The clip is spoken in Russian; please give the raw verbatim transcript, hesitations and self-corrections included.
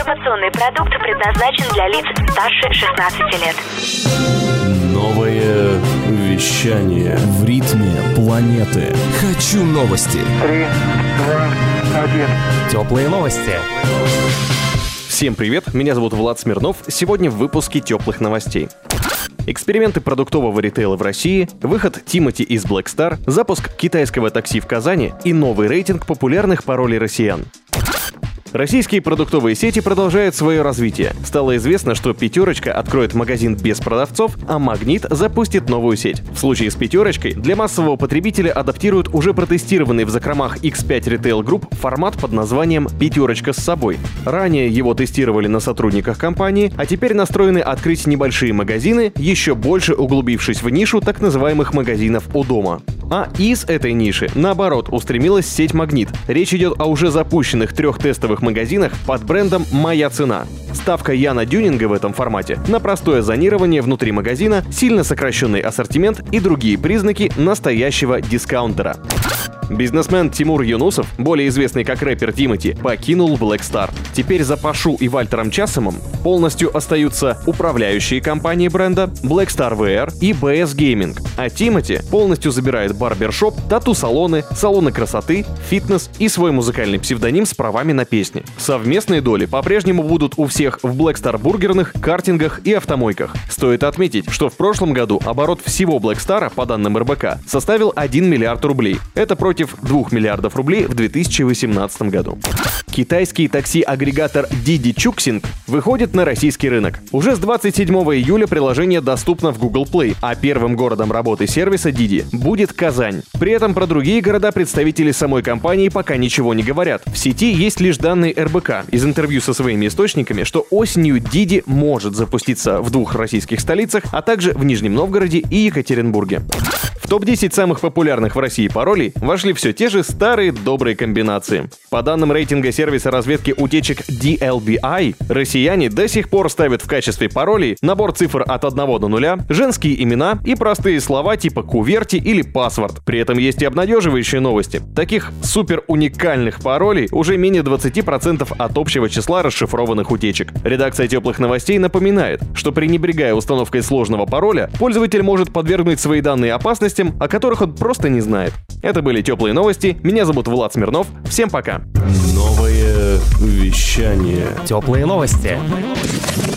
Информационный продукт предназначен для лиц старше шестнадцати лет. Новое вещание в ритме планеты. Хочу новости. Три, два, один. Теплые новости. Всем привет, меня зовут Влад Смирнов. Сегодня в выпуске теплых новостей. Эксперименты продуктового ритейла в России, выход Тимати из Black Star, запуск китайского такси в Казани и новый рейтинг популярных паролей россиян. Российские продуктовые сети продолжают свое развитие. Стало известно, что «Пятерочка» откроет магазин без продавцов, а «Магнит» запустит новую сеть. В случае с «Пятерочкой» для массового потребителя адаптируют уже протестированный в закромах икс пять Retail Group формат под названием «Пятерочка с собой». Ранее его тестировали на сотрудниках компании, а теперь настроены открыть небольшие магазины, еще больше углубившись в нишу так называемых магазинов у дома. А из этой ниши, наоборот, устремилась сеть «Магнит». Речь идет о уже запущенных трех тестовых магазинах под брендом «Моя цена». Ставка Яна Дюнинга в этом формате на простое зонирование внутри магазина, сильно сокращенный ассортимент и другие признаки настоящего дискаунтера. Бизнесмен Тимур Юнусов, более известный как рэпер Тимати, покинул Black Star. Теперь за Пашу и Вальтером Часомом полностью остаются управляющие компании бренда Black Star ви ар и би эс Gaming, а Тимати полностью забирает барбершоп, тату-салоны, салоны красоты, фитнес и свой музыкальный псевдоним с правами на песни. Совместные доли по-прежнему будут у всех в Black Star бургерных, картингах и автомойках. Стоит отметить, что в прошлом году оборот всего Black Star, по данным эр бэ ка, составил один миллиард рублей. Это против двух миллиардов рублей в две тысячи восемнадцатом году. Китайский такси-агрегатор Didi Chuxing выходит на российский рынок. Уже с двадцать седьмого июля приложение доступно в Google Play, а первым городом работы сервиса Didi будет Казань. При этом про другие города представители самой компании пока ничего не говорят. В сети есть лишь данные эр бэ ка из интервью со своими источниками, что осенью Didi может запуститься в двух российских столицах, а также в Нижнем Новгороде и Екатеринбурге. В топ десять самых популярных в России паролей вошли все те же старые добрые комбинации. По данным рейтинга сервиса разведки утечек ди эл би ай, россияне до сих пор ставят в качестве паролей набор цифр от одного до нуля, женские имена и простые слова типа «куверти» или «паспорт». При этом есть и обнадеживающие новости. Таких супер уникальных паролей уже менее двадцать процентов от общего числа расшифрованных утечек. Редакция теплых новостей напоминает, что пренебрегая установкой сложного пароля, пользователь может подвергнуть свои данные опасностям, о которых он просто не знает. Это были теплые новости. Меня зовут Влад Смирнов. Всем пока. Новое вещание. Теплые новости.